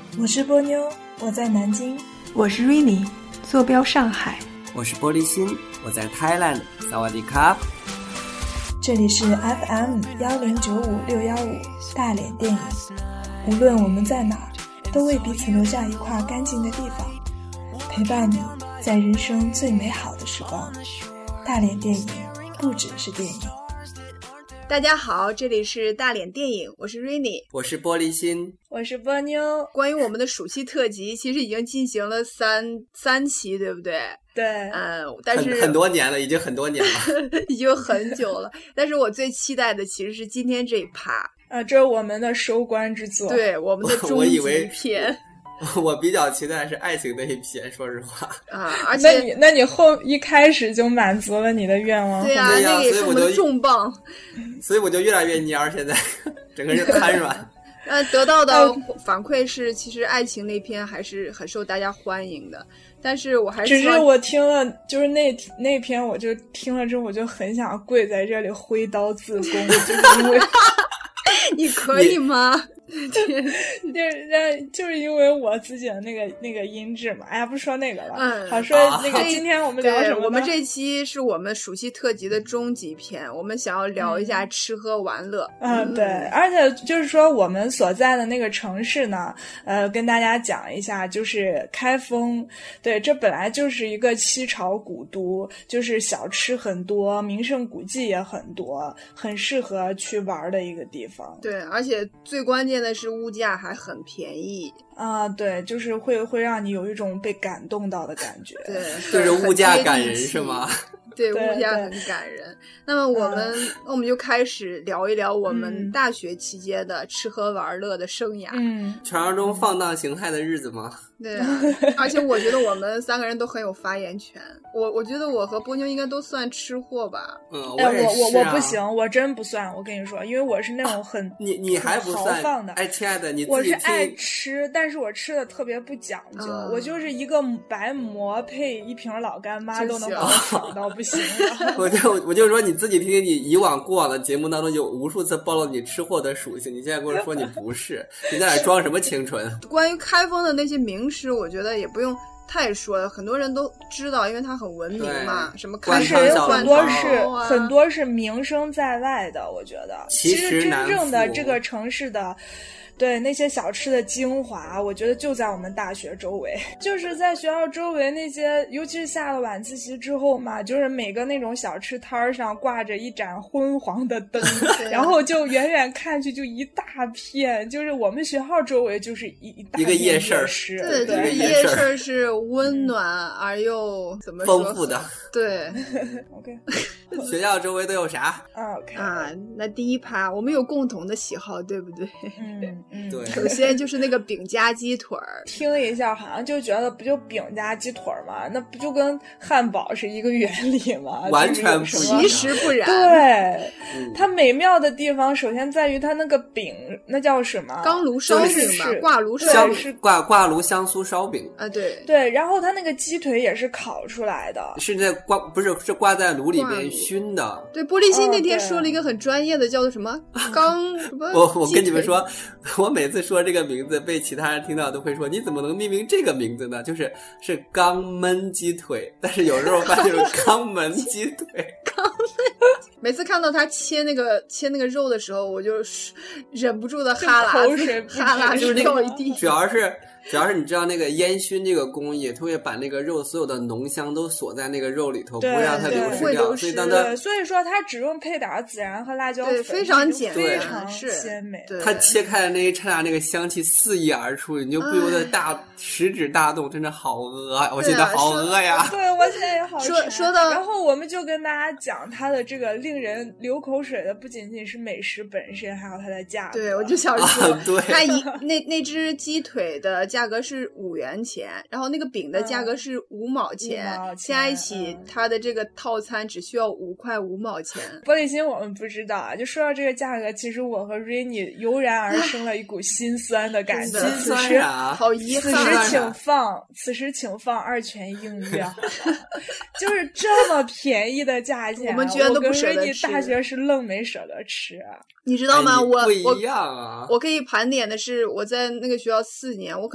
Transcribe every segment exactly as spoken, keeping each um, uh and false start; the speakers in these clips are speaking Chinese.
我是波妞，我在南京。 我是 Rini， 坐标上海。 我是玻璃心，我在 Thailand。萨瓦迪卡。 这里是 F M 幺零九五六幺五大连电影。无论我们在哪儿，都为彼此留下一块干净的地方，陪伴你在人生最美好的时光。大连电影不只是电影。 大家好，这里是大连电影，我是 Rini， 我是玻璃心， 我是波妞。 关于我们的暑期特辑，其实已经进行了三三期，对不对？ 对， 嗯，但是很, 很多年了，已经很多年了， 已经很久了。但是我最期待的其实是今天这一趴啊，这是我们的收官之作， 对，我们的终极篇。 我比较期待是爱情那一篇，说实话啊，而且那你那你后一开始就满足了你的愿望， 对啊， 对那个也是我们的重磅， 所以我就越来越蔫儿，现在整个人瘫软。 呃，得到的反馈是，其实爱情那篇还是很受大家欢迎的，但是我还是只是我听了，就是那那篇，我就听了之后，我就很想跪在这里挥刀自宫，就是因为你可以吗？ 天，就是就是因为我自己的那个那个音质嘛，哎呀，不说那个了， 嗯， 好说那个今天我们聊什么？ 我们这期是我们暑期特辑的终极篇，我们想要聊一下吃喝玩乐。 嗯，嗯对，而且就是说我们所在的那个城市呢，呃，跟大家讲一下，就是开封，对，这本来就是一个七朝古都，就是小吃很多，名胜古迹也很多，很适合去玩的一个地方。 对，而且最关键的是物价还很便宜啊，对，就是会会让你有一种被感动到的感觉。 对， 就是物价感人是吗？ 对，物价很感人。那么我们、嗯、那我们就开始聊一聊我们大学期间的吃喝玩乐的生涯。 嗯， 传说中放荡形骸的日子吗？ 对啊，而且我觉得我们三个人都很有发言权。我我觉得我和波妞应该都算吃货吧。 嗯， 我也是、啊哎、我我我不行，我真不算。我跟你说，因为我是那种很、啊、 你你还不算豪放的。 哎，亲爱的，你自己我是爱吃，但是我吃的特别不讲究。 嗯、 我就是一个白馍配一瓶老干妈都能把我爽到不行了。 我就我就说你自己听听，你以往过往的节目当中有无数次暴露你吃货的属性，你现在跟我说你不是，你在那装什么清纯？ 关于开封的那些名食，我觉得也不用太说了，很多人都知道，因为它很文明嘛。什么开是有很多是、啊、很多是名声在外的，我觉得其实真正的这个城市的。对那些小吃的精华，我觉得就在我们大学周围，就是在学校周围那些，尤其是下了晚自习之后嘛，就是每个那种小吃摊上挂着一盏昏黄的灯，然后就远远看去就一大片，就是我们学校周围就是一一大片一个夜市， 对，这个夜市是温暖而又怎么说丰富的， 对。 OK， 学校周围都有啥 ？OK 啊，那第一趴我们有共同的喜好，对不对？ 嗯。嗯， 对， 首先就是那个饼夹鸡腿儿， 听一下好像就觉得不就饼夹鸡腿儿吗？那不就跟汉堡是一个原理吗？ 完全不一样，其实不然。 对、 嗯， 它美妙的地方首先在于它那个饼，那叫什么？ 钢炉烧饼吧，挂炉烧饼是挂挂炉香酥烧饼啊，对对。然后它那个鸡腿也是烤出来的， 是在挂不是是挂在炉里边熏的。 对，玻璃心那天说了一个很专业的，叫做什么钢什么？ 我我跟你们说。我每次说这个名字被其他人听到都会说你怎么能命名这个名字呢？就是是肛焖鸡腿，但是有时候发现就是肛门鸡腿。 肛门每次看到他切那个切那个肉的时候，我就忍不住的哈喇口水哈喇就是掉一地。 主要是主要是你知道那个烟熏这个工艺，它会把那个肉所有的浓香都锁在那个肉里头，不会让它流失掉。所以当它所以说它只用配点孜然和辣椒粉， 对，非常简单， 非常鲜美。 它切开的那一刹那，那个香气四溢而出，你就不由得大食指大动，真的好饿啊！我现在好饿呀。 对，我现在也好吃。 说说到， 然后我们就跟大家讲它的这个令人流口水的，不仅仅是美食本身，还有它的价格。 对，我就想说， 啊、对它一那那只鸡腿的价格是五元钱，然后那个饼的价格是五毛钱， 嗯、毛钱加一起、嗯、它的这个套餐只需要五块五毛钱。 玻璃心我们不知道啊，就说到这个价格，其实我和 Rini 油然而生了一股心酸的感觉。 心酸啊，好遗憾。 此时请放，此时请放二泉映月，就是这么便宜的价钱， 我们居然都不舍得吃。 我跟 Rini 大学是愣没舍得吃。 你知道吗？ 哎、 我不一样啊！ 我我可以盘点的是，我在那个学校四年，我可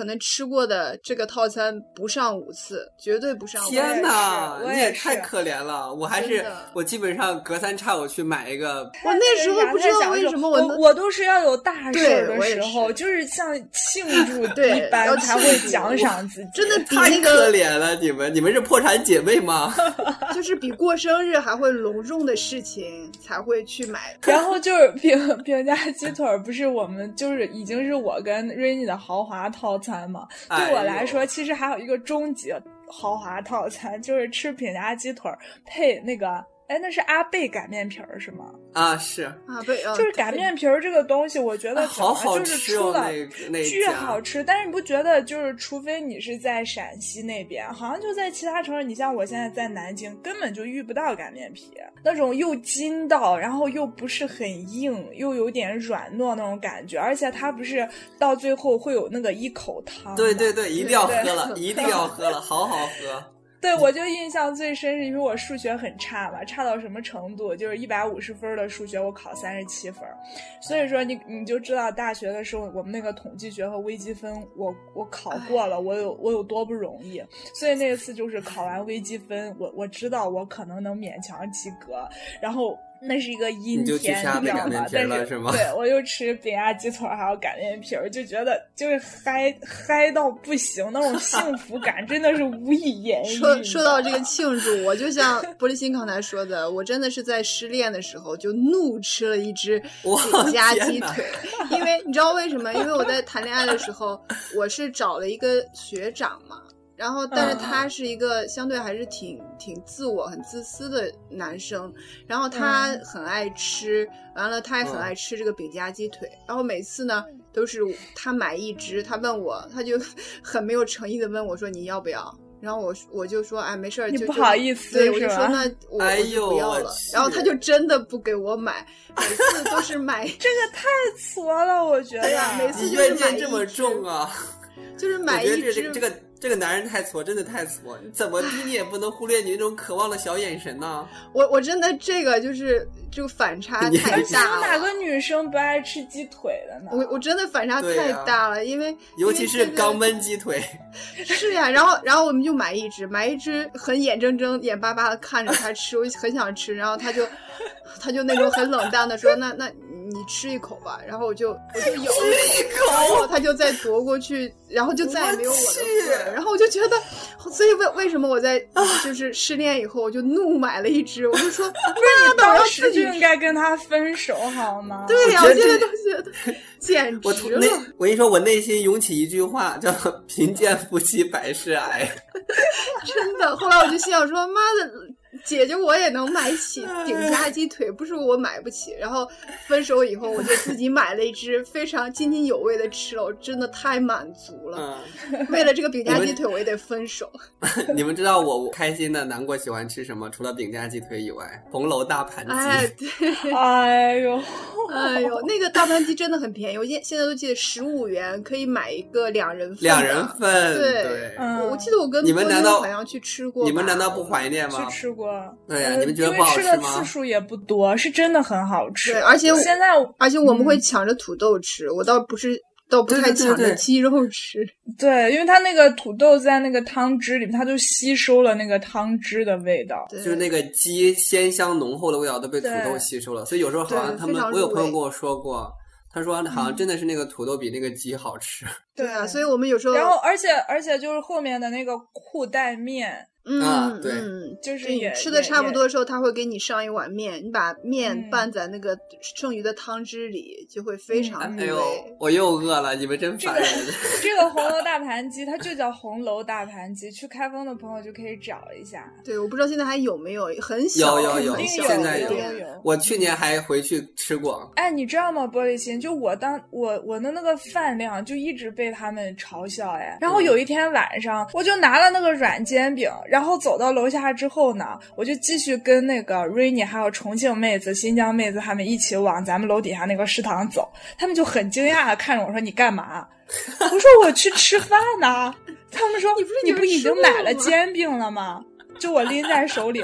能吃过的这个套餐不上五次，绝对不上五次。 天哪， 我也是你也太可怜了！我还是我基本上隔三差五去买一个。 我那时候不知道为什么我我我都是要有大事的时候，就是像庆祝一般才会奖赏自己。 真的比太那个可怜了，你们你们是破产姐妹吗？ 就是比过生日还会隆重的事情才会去买。 然后就是饼饼家鸡腿，不是我们就是已经是我跟瑞妮的豪华套餐嘛？对我来说，其实还有一个终极豪华套餐，就是吃饼家鸡腿配那个。哎，那是阿贝擀面皮儿是吗？ 啊，是阿贝，啊、 就是擀面皮儿这个东西，我觉得、 啊、好好就是吃出了那巨好吃。但是你不觉得，就是除非你是在陕西那边，好像就在其他城市，你像我现在在南京，根本就遇不到擀面皮，那种又筋道，然后又不是很硬，又有点软糯那种感觉，而且它不是到最后会有那个一口汤。 对对对，一定要喝了，一定要喝了，好好喝。 对，我就印象最深是因为我数学很差嘛，差到什么程度？就是一百五十分的数学，我考三十七分。所以说你你就知道大学的时候，我们那个统计学和微积分，我我考过了，我有我有多不容易。所以那次就是考完微积分，我我知道我可能能勉强及格，然后。那是一个阴天， 你就去瞎你知道吗？但是是吗？ 对，我就吃饼家鸡腿还有擀面皮儿，就觉得就是嗨嗨到不行，那种幸福感真的是无以言喻。 说说到这个庆祝，我就像玻璃心刚才说的，我真的是在失恋的时候就怒吃了一只饼家鸡腿，因为你知道为什么？因为我在谈恋爱的时候，我是找了一个学长嘛。然后，但是他是一个相对还是挺挺自我、很自私的男生。然后他很爱吃，完了他也很爱吃这个饼家鸡腿。然后每次呢，都是他买一只，他问我，他就很没有诚意的问我说：“你要不要？”然后我我就说：“哎，没事儿。”就你不好意思， 对，我就说那我我就不要了。然后他就真的不给我买，每次都是买。 这个太挫了，我觉得。 呀，每次你怨念这么重啊！ 就是买一只。 我觉得这个这个男人太挫，真的太挫。你怎么地你也不能忽略你那种渴望的小眼神呢？ 我我真的这个就是这个反差太大了。 哪个女生不爱吃鸡腿的呢？ 我我真的反差太大了，啊、因为尤其是肛焖鸡腿。 是呀，然后然后我们就买一只，买一只很眼睁睁、眼巴巴的看着他吃，我很想吃，然后他就他就那种很冷淡的说：“那那你吃一口吧。”然后我就我就咬一口， 然后他就再夺过去，然后就再也没有我的份。然后我就觉得，所以为为什么我在就是失恋以后，我就怒买了一只，我就说，不是你当时就应该跟他分手好吗？ 对呀、啊，我现在都觉得简直了。 我我跟你说，我内心涌起一句话，叫“贫贱夫妻百事哀”。 真的，后来我就心想说，妈的。姐姐我也能买起饼家鸡腿，不是我买不起。然后分手以后，我就自己买了一只，非常津津有味的吃了，我真的太满足了。嗯、为了这个饼家鸡腿，我也得分手。 你们知道我我开心的、难过、喜欢吃什么？除了饼家鸡腿以外，红楼大盘鸡。 哎，对， 哎呦， 哎呦，那个大盘鸡真的很便宜，我现现在都记得十五元可以买一个两人份。 两人份， 对， 对嗯、我记得我跟你们难道好像去吃过？ 你们难道不怀念吗？ 去吃过。 对呀、啊，你们觉得不好吃吗？ 因为吃的次数也不多，是真的很好吃。 对，而且现在， 而且我们会抢着土豆吃，嗯、我倒不是，倒不太抢着鸡肉吃。 对， 对， 对， 对，因为它那个土豆在那个汤汁里面，它就吸收了那个汤汁的味道， 就是那个鸡鲜香浓厚的味道都被土豆吸收了，所以有时候好像他们，我有朋友跟我说过。他说好像真的是那个土豆比那个鸡好吃。 对啊，所以我们有时候， 然后而且而且就是后面的那个裤带面。 嗯、 啊，对， 嗯， 就是也吃的差不多的时候，他会给你上一碗面，你把面拌在那个剩余的汤汁里，就会非常美味。 哎呦，我又饿了，你们真烦人。 这个红楼大盘鸡，它就叫红楼大盘鸡，去开封的朋友就可以找一下。 对，我不知道现在还有没有，很小， 有有有，现在有有有。我去年还回去吃过。 哎，你知道吗，玻璃心？就我当我我的那个饭量就一直被他们嘲笑哎。然后有一天晚上，我就拿了那个软煎饼，然后走到楼下。下之后呢，我就继续跟那个 Rainy 还有重庆妹子、新疆妹子他们一起往咱们楼底下那个食堂走，他们就很惊讶的看着我说：“你干嘛？”我说：“我去吃饭呢。”他们说：“你不是你不已经买了煎饼了吗？”就我拎在手里，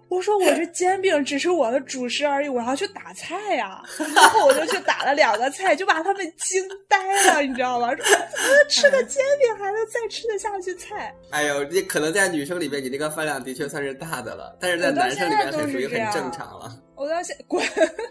我说我这煎饼只是我的主食而已，我要去打菜呀、啊。然后我就去打了两个菜，就把他们惊呆了，你知道吗？说怎么吃个煎饼还能再吃得下去菜？ 哎呦，这可能在女生里面你这个饭量的确算是大的了，但是在男生里面很属于很正常了。 我到现在滚。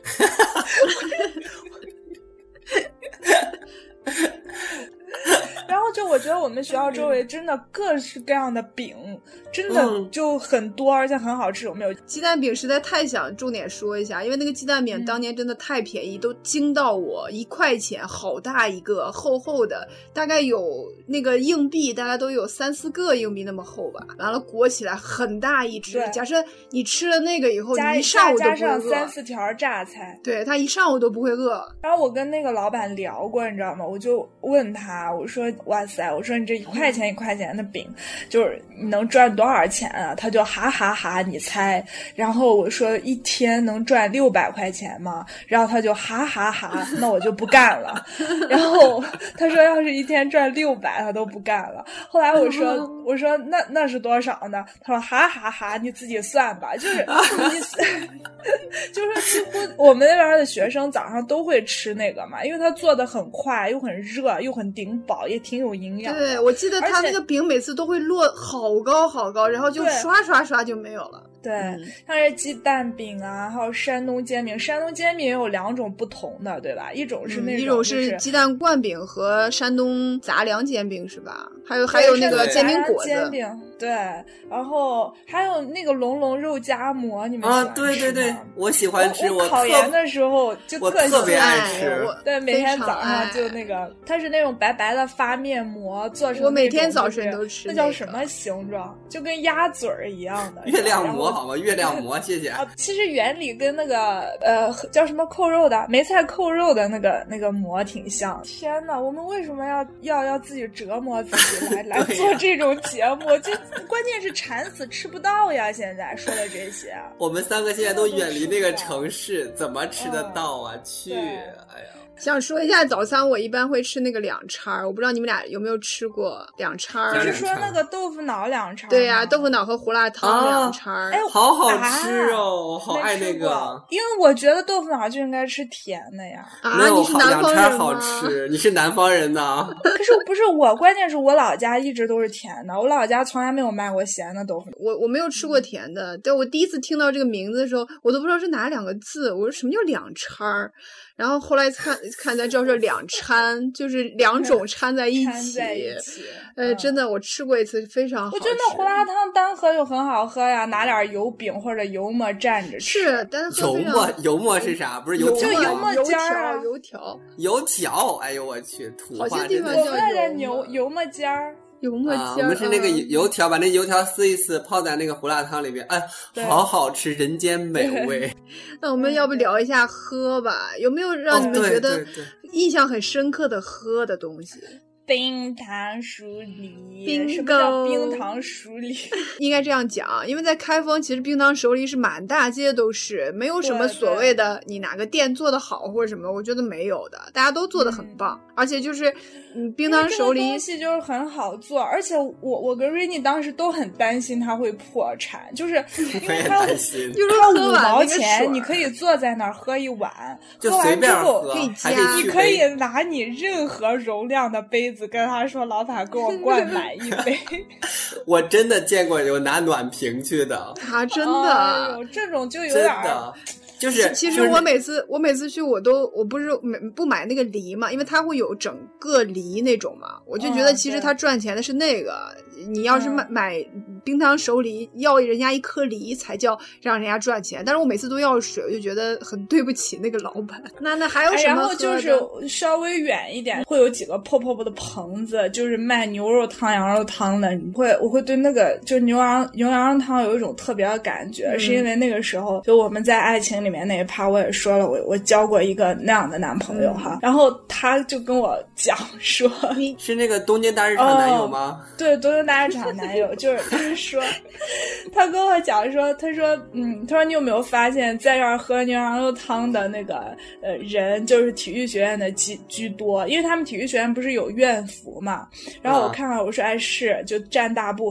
然后就我觉得我们学校周围真的各式各样的饼真的就很多、嗯、而且很好吃。有没有鸡蛋饼实在太想重点说一下，因为那个鸡蛋饼当年真的太便宜、嗯、都惊到我，一块钱好大一个，厚厚的，大概有那个硬币大概都有三四个硬币那么厚吧，完了裹起来很大一只，假设你吃了那个以后你一上午都不会饿， 加上三四条榨菜， 对，他一上午都不会饿。 然后我跟那个老板聊过你知道吗，我就问他，我说哇塞，我说你这一块钱一块钱的饼就是你能赚多少钱啊？他就哈哈哈你猜。然后我说一天能赚六百块钱吗？然后他就哈哈哈那我就不干了。然后他说要是一天赚六百他都不干了。后来我说我说那那是多少呢？他说哈哈哈你自己算吧。就是你就是几乎我们那边的学生早上都会吃那个嘛，因为他做的很快又很热又很顶饱也挺有营养。 对，我记得他那个饼每次都会落好高好高，然后就刷刷刷就没有了。 对，像是鸡蛋饼啊，还有山东煎饼。山东煎饼也有两种不同的，对吧？一种是那种、就是嗯、 一种是鸡蛋灌饼和山东杂粮煎饼是吧？还有还有那个煎饼果子。 煎饼对，然后还有那个龙龙肉夹馍，你们喜欢吃吗？ 啊，对对对，我喜欢吃。 我, 我考研的时候就特我特别爱吃。 对，每天早上就那个，它是那种白白的发面膜做成。 我每天早晨都吃、 那個。那叫什么形状？就跟鸭嘴儿一样的。 月亮馍好吗？月亮馍，谢谢。 啊，其实原理跟那个呃叫什么扣肉的梅菜扣肉的那个那个馍挺像。天哪，我们为什么要要要自己折磨自己来来做这种节目？这关键是馋死吃不到呀！现在说的这些， 我们三个现在都远离那个城市，怎么吃得到啊？嗯、去，哎呀。 想说一下早餐，我一般会吃那个两叉，我不知道你们俩有没有吃过两叉。 你是说那个豆腐脑两叉？ 对呀、啊，豆腐脑和胡辣汤两叉。 哎、 啊，好好吃哦，好爱那个。 因为我觉得豆腐脑就应该吃甜的呀。 啊，你是南方人吗？ 两叉好吃，你是南方人呐。 可是不是我，关键是我老家一直都是甜的，我老家从来没有卖过咸的豆腐脑。 我我没有吃过甜的，但我第一次听到这个名字的时候，我都不知道是哪两个字。我说什么叫两叉？然后后来看看才知道是两掺，就是两种掺在一起。 在一起呃、嗯，真的，我吃过一次，非常好吃。 我觉得那胡辣汤单喝就很好喝呀，拿点油饼或者油馍蘸着吃。 是单喝油馍，油馍是啥？不是油就油馍尖儿、 啊，油条， 油条。哎呦我去，土话好些地方叫油油馍尖儿。 油馍尖、 啊，我们是那个油条，把那油条撕一撕，泡在那个胡辣汤里面，哎，好好吃，人间美味。 那我们要不聊一下喝吧？有没有让你们觉得印象很深刻的喝的东西？ 冰糖熟梨， 冰什么叫冰糖熟梨？ 应该这样讲，因为在开封，其实冰糖熟梨是满大街都是，没有什么所谓的你哪个店做的好或者什么，我觉得没有的，大家都做的很棒，嗯、而且就是嗯，冰糖熟梨东西就是很好做，而且我我跟 Rainy 当时都很担心它会破产，就是因为它就是它五毛钱，你可以坐在那儿喝一碗， 就喝完之后可以加， 你可以拿你任何容量的杯子跟他说，老板给我灌满一杯。 我真的见过有拿暖瓶去的啊，真的， 哎呦，这种就有点的。就是其实我每次、就是、我每次去我都我不是买不买那个梨嘛，因为它会有整个梨那种嘛，我就觉得其实他赚钱的是那个、嗯、你要是买、嗯、买冰糖熟梨要人家一颗梨才叫让人家赚钱，但是我每次都要水，我就觉得很对不起那个老板。那那还有什么、哎、 然后就是稍微远一点会有几个破破破的棚子，就是卖牛肉汤羊肉汤的，你会我会对那个就牛羊牛羊肉汤有一种特别的感觉、嗯、是因为那个时候就我们在爱情里面那一趴我也说了，我我交过一个那样的男朋友哈、嗯，然后他就跟我讲说， 你是那个东京大市场男友吗？ 哦、对，东京大市场男友，就是他说，他跟我讲说，他说，嗯，他说你有没有发现，在这儿喝牛羊肉汤的那个呃人，就是体育学院的居居多，因为他们体育学院不是有院服嘛，然后我看看，我说哎是，就占大部分。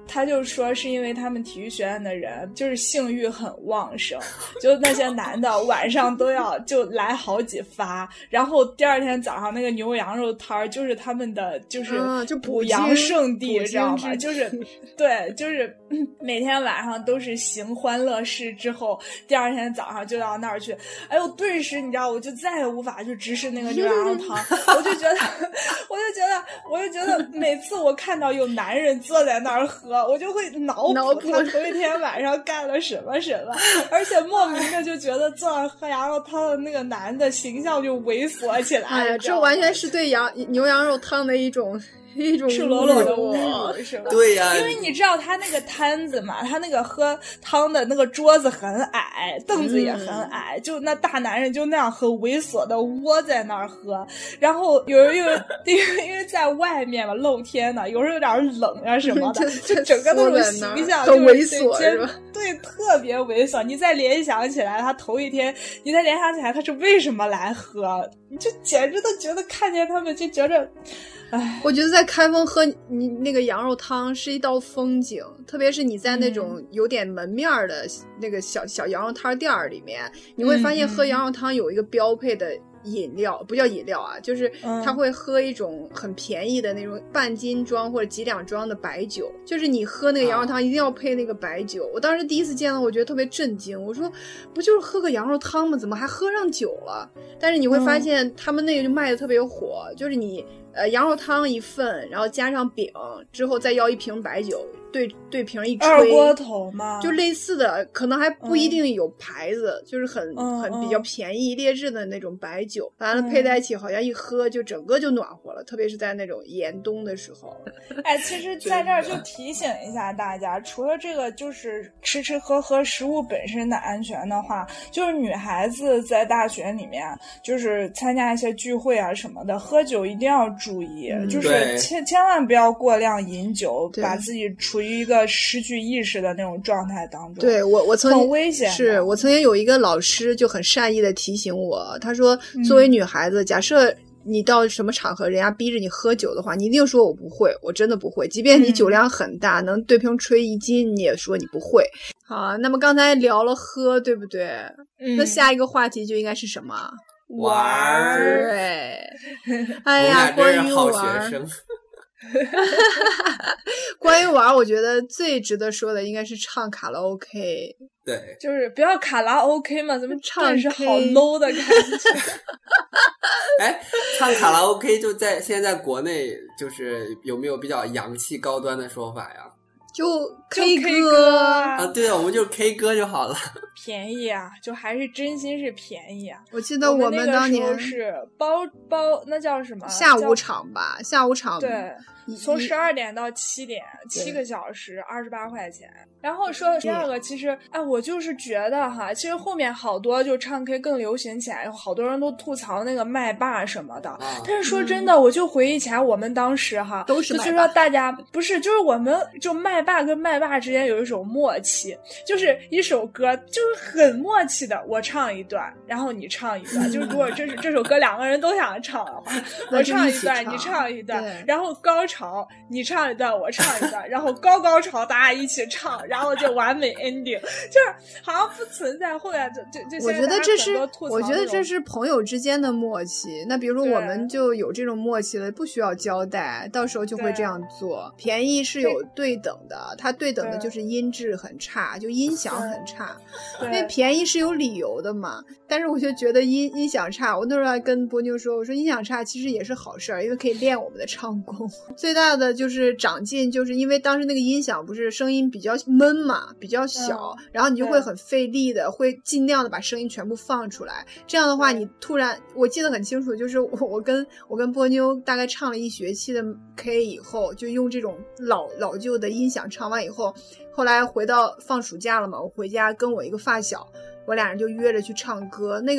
他就说是因为他们体育学院的人就是性欲很旺盛，就那些男的晚上都要就来好几发，然后第二天早上那个牛羊肉摊就是他们的就是补阳圣地，知道吗？就是对，就是每天晚上都是行欢乐事之后，第二天早上就到那儿去。哎呦，顿时你知道，我就再也无法去直视那个牛羊肉汤，我就觉得，我就觉得，我就觉得每次我看到有男人坐在那儿喝，我就会脑补他头一天晚上干了什么什么，而且莫名的就觉得坐那喝羊肉汤的那个男的形象就猥琐起来。 哎呀，这完全是对羊牛羊肉汤的一种。一种赤裸裸的侮辱，是吧？ 对呀、啊， 因为你知道他那个摊子嘛，他那个喝汤的那个桌子很矮，凳子也很矮，嗯、就那大男人就那样很猥琐的窝在那儿喝。然后有人因为因为因为在外面嘛，露天的，有时候有点冷啊什么的，就整个那种形象很猥琐， 是吧？对，特别猥琐。你再联想起来，他头一天，你再联想起来他是为什么来喝，你就简直都觉得看见他们就觉着。唉， 我觉得在开封喝你那个羊肉汤是一道风景，特别是你在那种有点门面的那个小小羊肉摊店里面，你会发现喝羊肉汤有一个标配的饮料，不叫饮料啊，就是他会喝一种很便宜的那种半斤装或者几两装的白酒，就是你喝那个羊肉汤一定要配那个白酒。我当时第一次见到，我觉得特别震惊，我说不就是喝个羊肉汤吗？怎么还喝上酒了？但是你会发现他们那个就卖的特别火，就是你呃，羊肉汤一份，然后加上饼，之后再要一瓶白酒，对对瓶一吹， 二锅头嘛， 就类似的，可能还不一定有牌子，嗯、就是很很比较便宜劣质的那种白酒，完了配在一起，好像一喝就整个就暖和了，特别是在那种严冬的时候。 哎，其实在这儿就提醒一下大家，除了这个就是吃吃喝喝食物本身的安全的话，就是女孩子在大学里面，就是参加一些聚会啊什么的，喝酒一定要注意，嗯、就是千千万不要过量饮酒，把自己处于一个失去意识的那种状态当中。 对，我我曾经很危险。 是我曾经有一个老师就很善意的提醒我，他说，作为女孩子，嗯、假设你到什么场合，人家逼着你喝酒的话，你一定说我不会，我真的不会。即便你酒量很大，嗯、能对瓶吹一斤，你也说你不会。好啊，那么刚才聊了喝，对不对？嗯、那下一个话题就应该是什么？ 玩儿。 对，哎呀，关于好玩学生。 关于玩，我觉得最值得说的应该是唱卡拉 OK。 对， 就是不要卡拉 OK 嘛，咱们唱是好 low 的感觉。 哎，唱卡拉 OK 就在现在国内，就是有没有比较洋气高端的说法呀？ 就 K 歌啊，对啊，我们就 K 歌就好了。 便宜啊，就还是真心是便宜啊。 我记得我们当年是包包，那叫什么？ 下午场吧，下午场。 对，从十二点到七点，七个小时，二十八块钱。然后说第二个，其实哎，我就是觉得哈，其实后面好多就唱 K 更流行起来，好多人都吐槽那个麦霸什么的。啊、但是说真的，嗯、我就回忆起来我们当时哈， 都是就是说大家不是，就是我们就麦霸跟麦霸之间有一种默契，就是一首歌就是很默契的，我唱一段，然后你唱一段。就是如果这这首歌两个人都想唱的话，我唱一段，你唱一段，然后高潮你唱一段，我唱一段，然后高高潮大家一起唱。然后就完美 ending， 就是好像不存在后来就就就。 我觉得这是，我觉得这是朋友之间的默契。那比如说我们就有这种默契了，不需要交代，到时候就会这样做。便宜是有对等的，它对等的就是音质很差，就音响很差。因为便宜是有理由的嘛。但是我就觉得音音响差，我那时候还跟波妞说，我说音响差其实也是好事儿，因为可以练我们的唱功。最大的就是长进，就是因为当时那个音响不是声音比较闷嘛，比较小，嗯、然后你就会很费力的，会尽量的把声音全部放出来。这样的话，你突然，我记得很清楚，就是我我跟我跟波妞大概唱了一学期的 K 以后，就用这种老老旧的音响唱完以后，后来回到放暑假了嘛，我回家跟我一个发小，我俩人就约着去唱歌。那个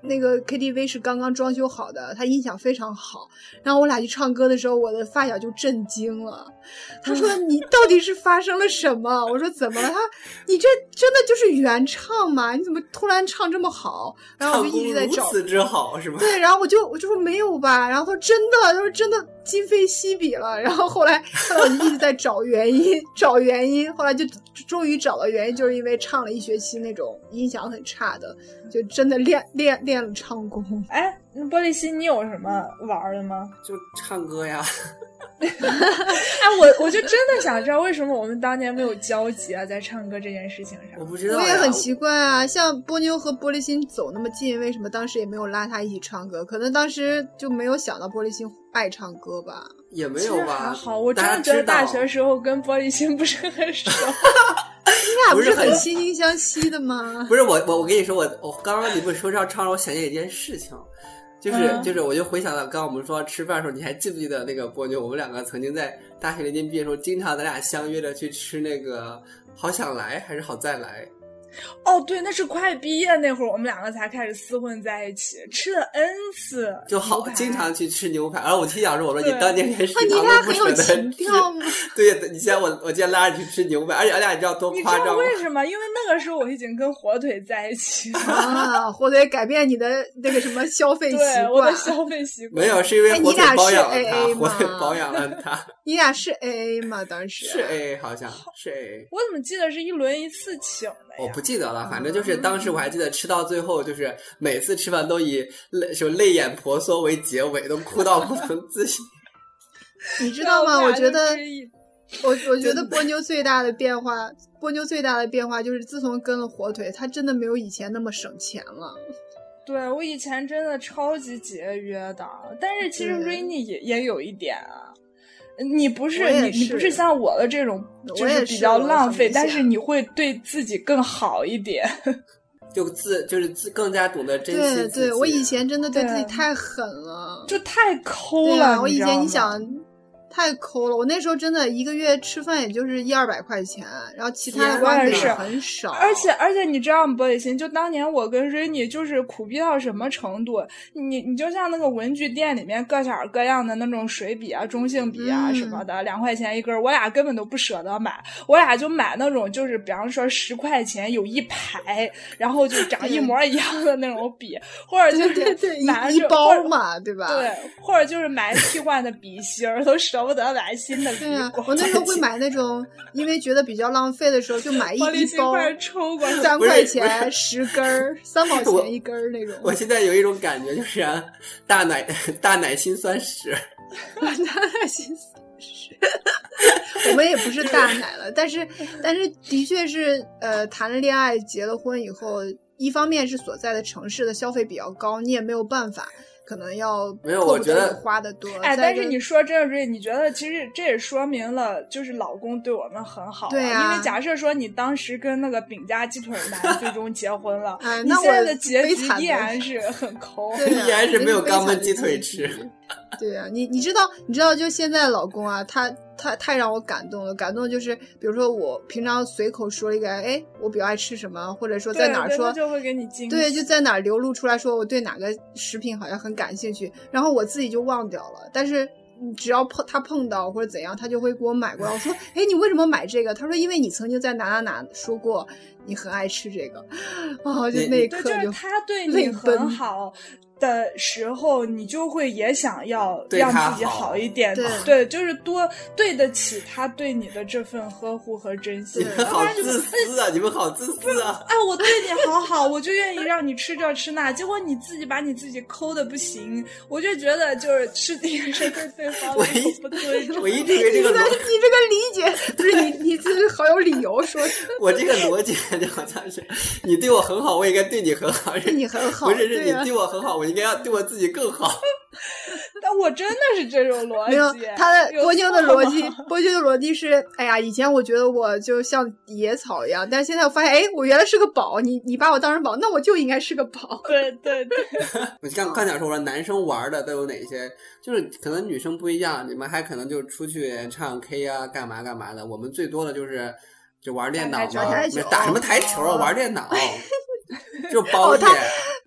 那个 K T V 是刚刚装修好的，它音响非常好。然后我俩去唱歌的时候，我的发小就震惊了，他说：“你到底是发生了什么？”我说：“怎么了？”他：“你这真的就是原唱吗？你怎么突然唱这么好？”然后我就一直在找， 唱功如此之好是吗？ 对，然后我就我就说没有吧，然后他说真的，他说真的今非昔比了。然后后来后来我就一直在找原因，找原因，后来就终于找到原因，就是因为唱了一学期那种音响很差的，就真的练练练了唱功。 哎，玻璃心，你有什么玩的吗？ 就唱歌呀。 哎，我我就真的想知道为什么我们当年没有交集啊，在唱歌这件事情上。 我不知道， 我也很奇怪啊。像波妞和玻璃心走那么近，为什么当时也没有拉他一起唱歌？可能当时就没有想到玻璃心爱唱歌吧。 也没有吧。 还好，我真的觉得大学时候跟玻璃心不是很熟。 你俩不是很惺惺相惜的吗？ 不是我我我跟你说，我我刚刚你不是说要唱，我想起一件事情。就是、嗯、就是，我就回想到刚刚我们说吃饭的时候，你还记不记得那个波妞？我们两个曾经在大学临近毕业的时候，经常咱俩相约着去吃那个好想来还是好再来。 哦，对，那是快毕业那会儿，我们两个才开始厮混在一起，吃了 N 次， 就好经常去吃牛排。然后我听讲说，我说你当年连食堂都不舍得吃， 你俩很有情调吗？ 对，你像我，我今天拉着你去吃牛排，而且俺俩你知道多夸张？ 你知道为什么？因为那个时候我已经跟火腿在一起了啊，火腿改变你的那个什么消费习惯， 对我的消费习惯没有，是因为火腿包养了他， 哎、 火腿包养了他。 你俩是 A A 吗？当时是 A A， 好像是 A A。 我怎么记得是一轮一次请的呀？ 我不记得了，反正就是当时我还记得吃到最后，就是每次吃饭都以泪什么泪眼婆娑为结尾，都哭到不能自己。 你知道吗？我觉得，我我觉得波妞最大的变化，波妞最大的变化就是自从跟了火腿，她真的没有以前那么省钱了。 对，我以前真的超级节约的，但是其实 Rainy 也也有一点啊。你不是你你不是像我的这种，就是比较浪费，但是你会对自己更好一点， 就自就是自更加懂得珍惜自己。 对对，我以前真的对自己太狠了， 就太抠了。 啊、我以前你想太抠了，我那时候真的一个月吃饭也就是一二百块钱，然后其他的花费也很少。 而且而且你知道吗，玻璃心，就当年我跟 Rainy 就是苦逼到什么程度？你你就像那个文具店里面各色各样的那种水笔啊、中性笔啊什么的，两、嗯、块钱一根，我俩根本都不舍得买，我俩就买那种就是比方说十块钱有一排，然后就长一模一样的那种笔，或者就是买一包嘛，对吧？ 对，或者就是买替换的笔芯儿，都舍不得买新的笔。 对啊，我那时候会买那种，因为觉得比较浪费的时候，就买一一包， 抽过三块钱十根儿，三毛钱一根儿那种。 我现在有一种感觉，就是啊，大奶大奶辛酸史， 大奶辛酸史。我们也不是大奶了，但是但是的确是，呃，谈了恋爱、结了婚以后，一方面是所在的城市的消费比较高，你也没有办法。可能要没有，我觉得花的多。 哎，但是你说这个瑞，你觉得其实这也说明了，就是老公对我们很好、啊。 对啊， 因为假设说你当时跟那个饼家鸡腿男最终结婚了， 哎、 你现在的结局依然是很抠， 对啊、 依然是没有肛门鸡腿吃。 对啊，你你知道，你知道，就现在老公啊，他他太让我感动了，感动就是，比如说我平常随口说了一个，哎，我比较爱吃什么，或者说在哪儿说， 就会给你惊喜， 对，就在哪儿流露出来说我对哪个食品好像很感兴趣，然后我自己就忘掉了，但是只要碰他碰到或者怎样，他就会给我买过来。我说，哎，你为什么买这个？他说，因为你曾经在哪哪哪说过你很爱吃这个，哦，就那一刻就就是他对你很好的时候，你就会也想要让自己好一点， 对， 对，就是多对得起他对你的这份呵护和珍惜。 你们好自私啊！你们好自私啊！ 哎，我对你好好，我就愿意让你吃这吃那，结果你自己把你自己抠的不行，我就觉得就是是你是对对方的不尊重。 我一直以为这个逻辑，你这个理解不是你，你自己好有理由说。 我这个逻辑就好像是你对我很好，我应该对你很好， 对你很好， 不是是你对我很好，我应该要对我自己更好。 但我真的是这种逻辑。 没有，他的波妞的逻辑，波妞的逻辑是，哎呀，以前我觉得我就像野草一样，但是现在我发现，哎，我原来是个宝，你你把我当成宝，那我就应该是个宝。 对对对。 我刚刚想说，我说男生玩的都有哪些？就是可能女生不一样，你们还可能就出去唱 K 啊，干嘛干嘛的。我们最多的就是就玩电脑嘛， 打台球， 打什么台球啊，玩电脑。就包夜、哦、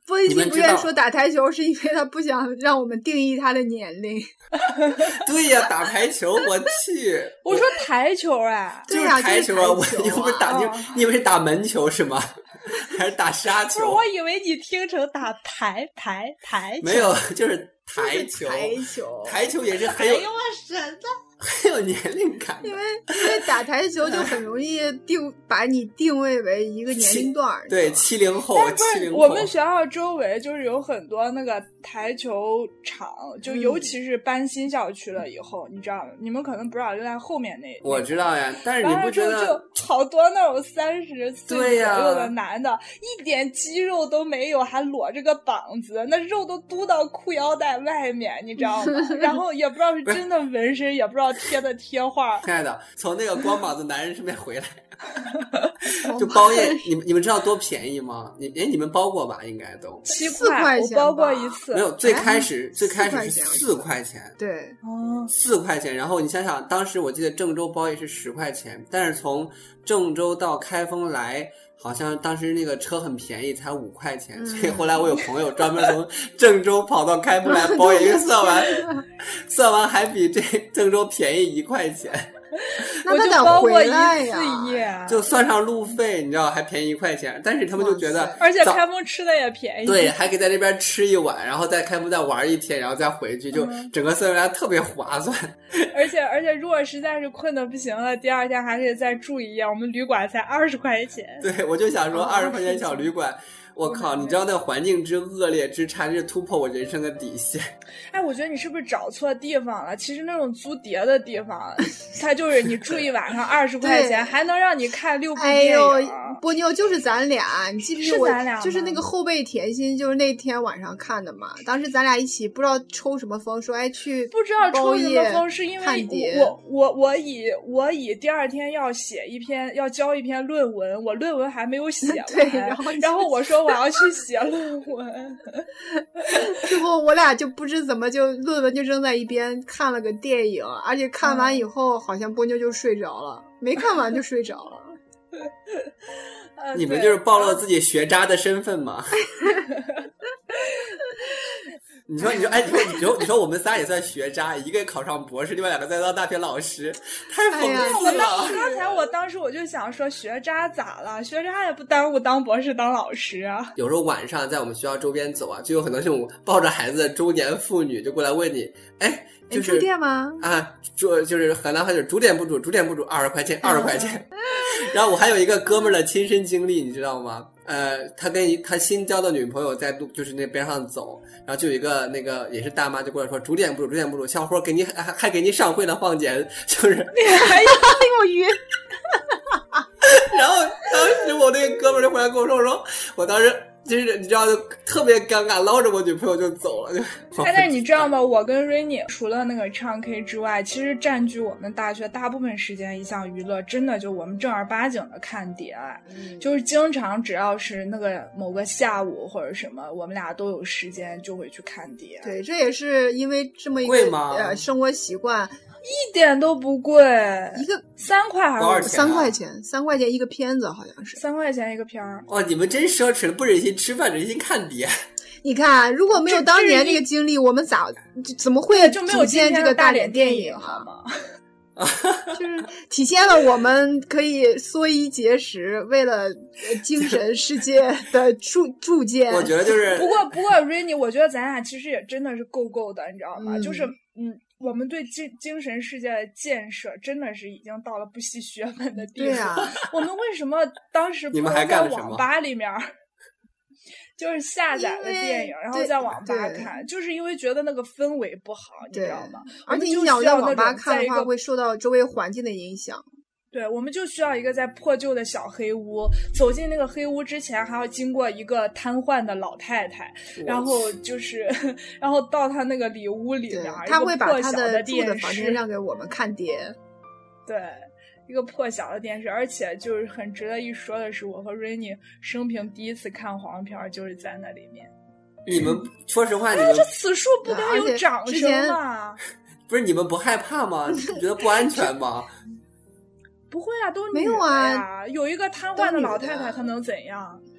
玻璃心不愿意说打台球，是因为他不想让我们定义他的年龄。 对呀，打排球，我去！ 我说台球啊， 就是台球啊！我又不是打，你你以为是打门球是吗？还是打沙球？ 不是，我以为你听成打台台台球。 没有，就是台球。 台球， 台球也是很有。 哎呦我神呐！ 很有年龄感， 因为因为打台球就很容易定把你定位为一个年龄段， 对，七零后，七零后。 我们学校周围就是有很多那个台球场，就尤其是搬新校区了以后，嗯、你知道吗？你们可能不知道，就在后面那。 我知道呀，但是你不觉得就好多那种三十岁左右的男的，一点肌肉都没有，还裸着个膀子，那肉都嘟到裤腰带外面，你知道吗？然后也不知道是真的纹身，也不知道贴的贴画。 亲爱的，从那个光膀子男人身边回来，就包夜，你们你们知道多便宜吗？你哎，你们包过吧？应该都七块， 我包过一次。 没有，最开始、哎、最开始是四块钱， 对， 哦， 四块钱。然后你想想，当时我记得郑州包夜是十块钱，但是从郑州到开封来。好像当时那个车很便宜，才五块钱，嗯、所以后来我有朋友专门从郑州跑到开封来包夜，因为算完算完还比这郑州便宜一块钱。 那他得回来呀， 就算上路费，你知道还便宜一块钱，但是他们就觉得， 而且开封吃的也便宜， 对，还可以在这边吃一晚，然后在开封再玩一天，然后再回去，就整个算下来特别划算。 而且而且，如果实在是困得不行了，第二天还可以再住一夜。我们旅馆才二十块钱。 对，我就想说，二十块钱小旅馆。我靠！你知道那个环境之恶劣之差，是突破我人生的底线。 哎，我觉得你是不是找错地方了？其实那种租碟的地方，它就是你住一晚上二十块钱，还能让你看六部电影。 哎呦，波妞就是咱俩，你记不记得我？ 是咱俩就是那个后背甜心，就是那天晚上看的嘛。当时咱俩一起，不知道抽什么风，说哎去不知道抽什么风，是因为我我我以我以第二天要写一篇要交一篇论文，我论文还没有写完， 对，然后然后我说我要去写论文， 之后我俩就不知怎么就论文就扔在一边，看了个电影，而且看完以后、嗯、好像波妞就睡着了，没看完就睡着了。 你们就是暴露自己学渣的身份吗？你说，你说，哎，你说，你说，你说，我们仨也算学渣，一个考上博士，另外两个再当大学老师，太讽刺了。 哎、刚才我当时我就想说，学渣咋了？学渣也不耽误当博士、当老师啊。 有时候晚上在我们学校周边走啊，就有很多这种抱着孩子的中年妇女就过来问你，哎，就是住店吗？ 啊，住就是河南话就是煮点不煮，煮点不煮，二十块钱，二十块钱。然后我还有一个哥们儿的亲身经历，你知道吗？呃，他跟他新交的女朋友在路，就是那边上走，然后就有一个那个也是大妈就过来说，煮点不煮，煮点不煮，小伙给你还还给你上会的放碱，就是你还要我晕。 然后当时我那个哥们儿就回来跟我说，我说我当时就是你知道就特别尴尬，捞着我女朋友就走了。就哎，但你知道吗？我跟瑞妮除了那个唱 K 之外，其实占据我们大学大部分时间一项娱乐，真的就我们正儿八经的看碟，嗯、就是经常只要是那个某个下午或者什么，我们俩都有时间就会去看碟。 对，这也是因为这么一个呃生活习惯。 一点都不贵， 一个三块还是三块钱？三块钱一个片子，好像是三块钱一个片儿。 哇，你们真奢侈了，不忍心吃饭，忍心看碟。 你看，如果没有当年这个经历，我们咋怎么会就没有今天这个大脸电影好吗？ 就是体现了我们可以缩衣节食，为了精神世界的铸铸建。 我觉得就是， 不过不过 Rainy， 我觉得咱俩其实也真的是够够的，你知道吗？嗯、就是嗯。我们对精精神世界的建设真的是已经到了不惜血本的地步。 对啊， 我们为什么当时不能在网吧里面，就是下载了电影，然后在网吧看，就是因为觉得那个氛围不好，你知道吗？ 而且你想在网吧看的话，会受到周围环境的影响。 对，我们就需要一个在破旧的小黑屋，走进那个黑屋之前还要经过一个瘫痪的老太太，然后就是，然后到他那个里屋里面， 他会把他的住的房间让给我们看碟。 对，一个破小的电视，而且就是很值得一说的是，我和瑞妮生平第一次看黄片就是在那里面。 你们说实话，你们、 哎、这此处不该有掌声啊！ 不是你们不害怕吗？你觉得不安全吗？ 不会啊，都没有啊， 有一个瘫痪的老太太，她能怎样？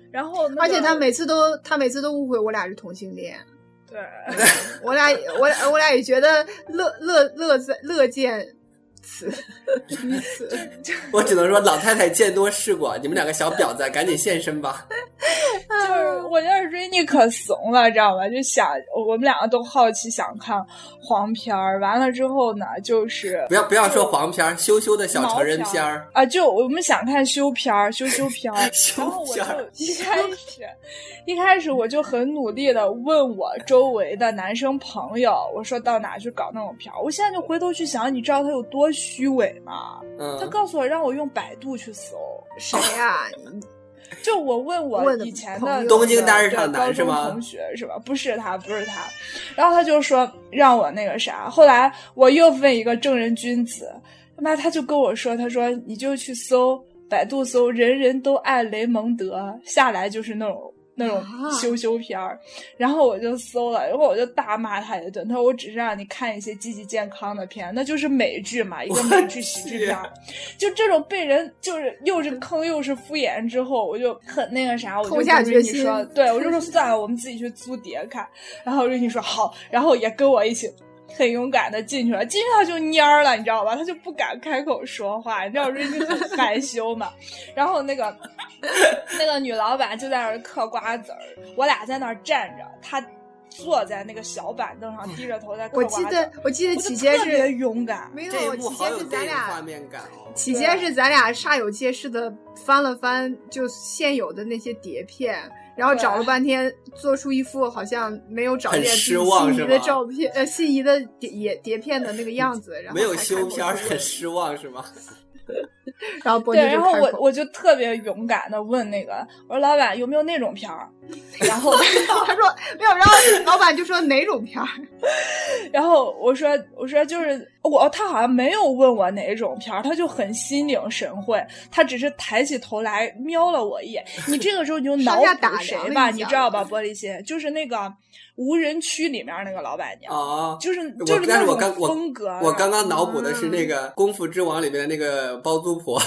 然后、那个， 而且他每次都他每次都误会我俩是同性恋。 对， 我俩我我俩也觉得乐乐乐在乐见此于此。 我只能说老太太见多识广，你们两个小婊子赶紧现身吧。 就是我觉得 Rainy 可怂了，知道吧？就想我们两个都好奇想看黄片儿，完了之后呢，就是不要不要说黄片儿，羞羞的小成人片儿啊，就我们想看修片儿，修修片儿。 修然后我片儿就一开始一开始我就很努力的问我周围的男生朋友，我说到哪去搞那种片儿？我现在就回头去想，你知道他有多虚伪吗？ 嗯， 他告诉我让我用百度去搜。 谁呀、啊？ 就我问我以前的东京大市场男是吗？ 同学是吧？不是他，不是他。然后他就说让我那个啥。后来我又问一个正人君子，妈他就跟我说，他说你就去搜百度搜人人都爱雷蒙德，下来就是那种那种羞羞片儿、啊，然后我就搜了，然后我就大骂他一顿。他说我只是让你看一些积极健康的片，那就是美剧嘛，一个美剧喜剧片，就这种被人就是又是坑又是敷衍之后，我就很那个啥，我就跟瑞妮说，对我就说算了，我们自己去租碟看。然后瑞妮说好，然后也跟我一起。很勇敢的进去了，进去他就蔫儿了，你知道吧？他就不敢开口说话，你知道瑞妮很害羞嘛。然后那个那个女老板就在那儿嗑瓜子儿，我俩在那儿站着，他坐在那个小板凳上，低着头在嗑瓜子。 我记得我记得起先是勇敢， 没有， 这一幕好有咱俩画面感哦。 起先是咱俩煞有介事的翻了翻就现有的那些碟片。然后找了半天，做出一副好像没有找见自己心仪的照片，呃，心仪的碟碟片的那个样子，然后没有修片，很失望是吗？ 然后对，然后我我就特别勇敢的问那个，我说老板有没有那种片儿？然后他说没有，然后老板就说哪种片儿？ 然后我说我说就是我，他好像没有问我哪种片儿，他就很心领神会，他只是抬起头来瞄了我一眼。你这个时候你就脑补谁吧，你知道吧？玻璃心就是那个无人区里面那个老板娘哦， 就是就是那种风格。 我刚刚脑补的是那个《功夫之王》里面的那个包租婆。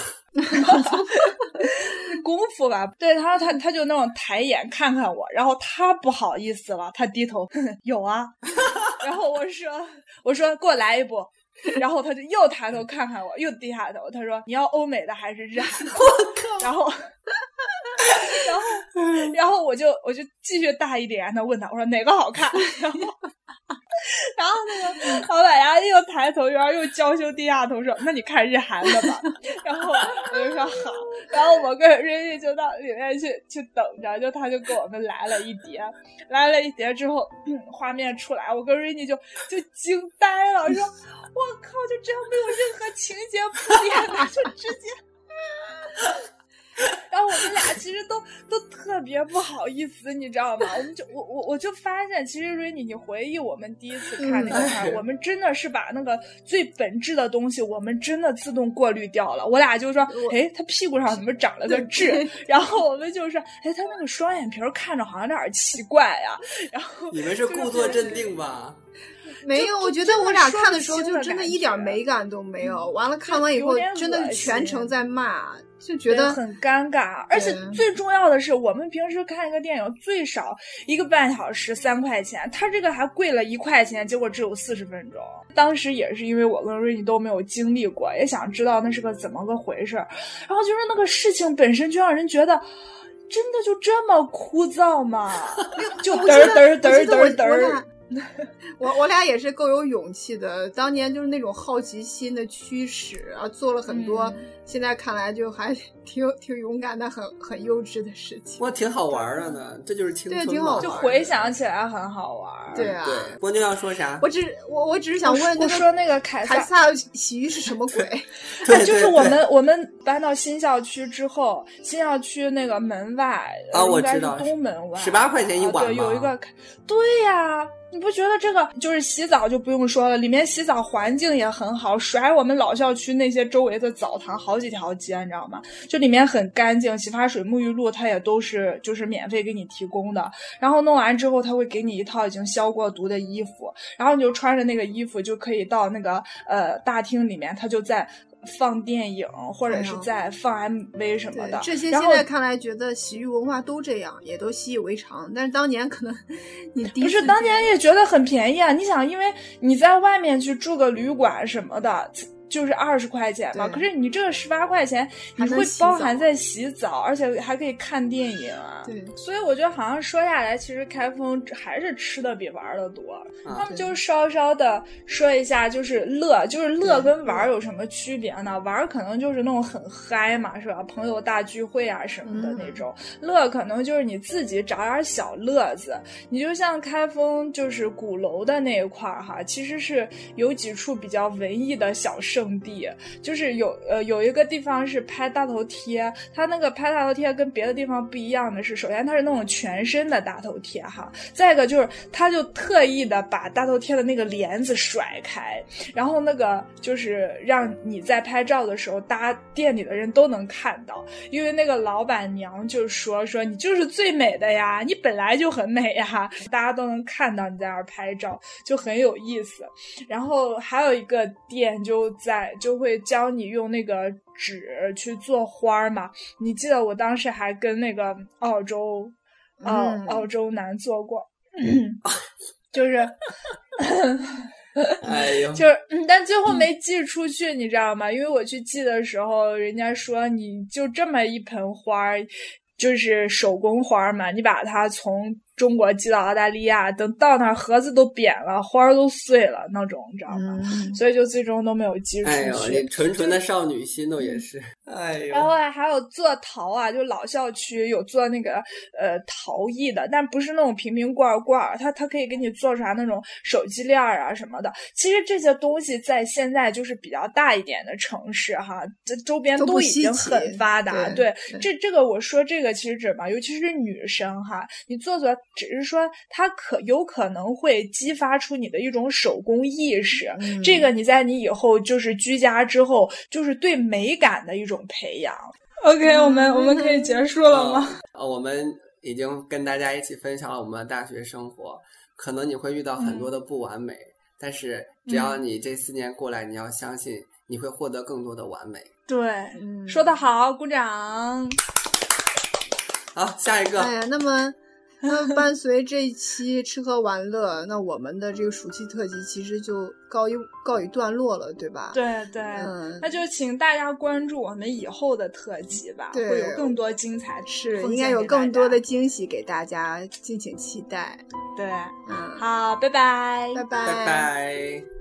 功夫吧，对他他他就那种抬眼看看我，然后他不好意思了，他低头有啊，然后我说我说给我来一部，然后他就又抬头看看我，又低下头，他说你要欧美的还是日韩的？然后然后然后我就我就继续大义凛然的问他，我说哪个好看？然后然后那个老板娘又抬头，然后又娇羞低下头说：“那你看日韩的吧。”然后我就说好，然后我跟瑞妮就到里面去去等着，就他就给我们来了一碟，来了一碟之后，嗯，画面出来，我跟瑞妮就就惊呆了，说：“我靠，就这样没有任何情节铺垫的，就直接。”然后我们俩其实都都特别不好意思，你知道吗？我们就我我我就发现，其实瑞妮，你回忆我们第一次看那个片、嗯，我们真的是把那个最本质的东西，我们真的自动过滤掉了。我俩就说，哎，他屁股上怎么长了个痣？然后我们就说，哎，他那个双眼皮看着好像有点奇怪呀、啊。然后你们是故作镇定吧？ 没有，我觉得我俩看的时候就真的一点美感都没有。完了看完以后，真的全程在骂。就觉得很尴尬，而且最重要的是，我们平时看一个电影最少一个半小时三块钱，他这个还贵了一块钱，结果只有四十分钟。当时也是因为我跟瑞妮都没有经历过，也想知道那是个怎么个回事，然后就是那个事情本身就让人觉得真的就这么枯燥吗？就嘚儿嘚儿嘚儿嘚儿嘚儿。 我我俩也是够有勇气的，当年就是那种好奇心的驱使啊，做了很多、嗯、现在看来就还挺挺勇敢的很很幼稚的事情。 哇，挺好玩的呢，这就是青春， 对，挺好玩， 就回想起来很好玩。 对啊， 对，波妞要说啥？ 我只我我只是想问、那个， 我说那个凯撒凯撒洗浴是什么鬼？ 对对对， 就是我们我们搬到新校区之后，新校区那个门外啊，我知道东门外十八块钱一晚、 啊，对，有一个，对呀、啊。 你不觉得这个就是洗澡就不用说了，里面洗澡环境也很好，甩我们老校区那些周围的澡堂好几条街，你知道吗？就里面很干净，洗发水、沐浴露它也都是就是免费给你提供的。然后弄完之后，他会给你一套已经消过毒的衣服，然后你就穿着那个衣服就可以到那个呃大厅里面，他就在放电影或者是在放 M V 什么的， 这些现在看来觉得洗浴文化都这样，也都习以为常。但是当年可能你第一次不是当年也觉得很便宜啊！你想，因为你在外面去住个旅馆什么的，就是二十块钱嘛，可是你这个十八块钱，你会包含在洗澡，而且还可以看电影啊。 对， 所以我觉得好像说下来，其实开封还是吃的比玩的多。 啊、 那么就稍稍的说一下，就是乐，就是乐跟玩有什么区别呢？玩可能就是那种很嗨嘛，是吧？朋友大聚会啊什么的那种。嗯、乐可能就是你自己找点小乐子。你就像开封就是鼓楼的那一块哈，其实是有几处比较文艺的小圣地，就是有呃有一个地方是拍大头贴，它那个拍大头贴跟别的地方不一样的是，首先它是那种全身的大头贴哈，再一个就是它就特意的把大头贴的那个帘子甩开，然后那个就是让你在拍照的时候，大家店里的人都能看到，因为那个老板娘就说说你就是最美的呀，你本来就很美呀，大家都能看到你在那儿拍照，就很有意思。然后还有一个店就在就会教你用那个纸去做花嘛，你记得我当时还跟那个澳洲澳、嗯、澳洲男做过就是哎呦， 就是，但最后没寄出去，你知道吗？因为我去寄的时候，人家说你就这么一盆花，就是手工花嘛，你把它从中国寄到澳大利亚，等到那儿盒子都扁了，花儿都碎了那种，你知道吗？嗯、所以就最终都没有寄出去。 哎呦，你纯纯的少女心都也是。哎呦， 然后还有做陶啊，就老校区有做那个呃陶艺的，但不是那种瓶瓶罐罐，它它可以给你做出来那种手机链啊什么的。其实这些东西在现在就是比较大一点的城市哈，这周边都已经很发达。对，对这这个我说这个其实指嘛，尤其是女生哈，你做做。只是说它可有可能会激发出你的一种手工意识、嗯、这个你在你以后就是居家之后就是对美感的一种培养。 OK、嗯、我们我们可以结束了吗？ 呃、我们已经跟大家一起分享了我们的大学生活，可能你会遇到很多的不完美、嗯、但是只要你这四年过来、嗯、你要相信你会获得更多的完美。 对、嗯、说得好，鼓掌。 好，下一个。 哎呀，那么那伴随这一期吃喝玩乐，那我们的这个暑期特辑其实就告一告一段落了，对吧？ 对对，嗯，那就请大家关注我们以后的特辑吧，会有更多精彩， 是应该有更多的惊喜给大家，敬请期待。 对，嗯，好，拜拜， 拜拜， 拜拜。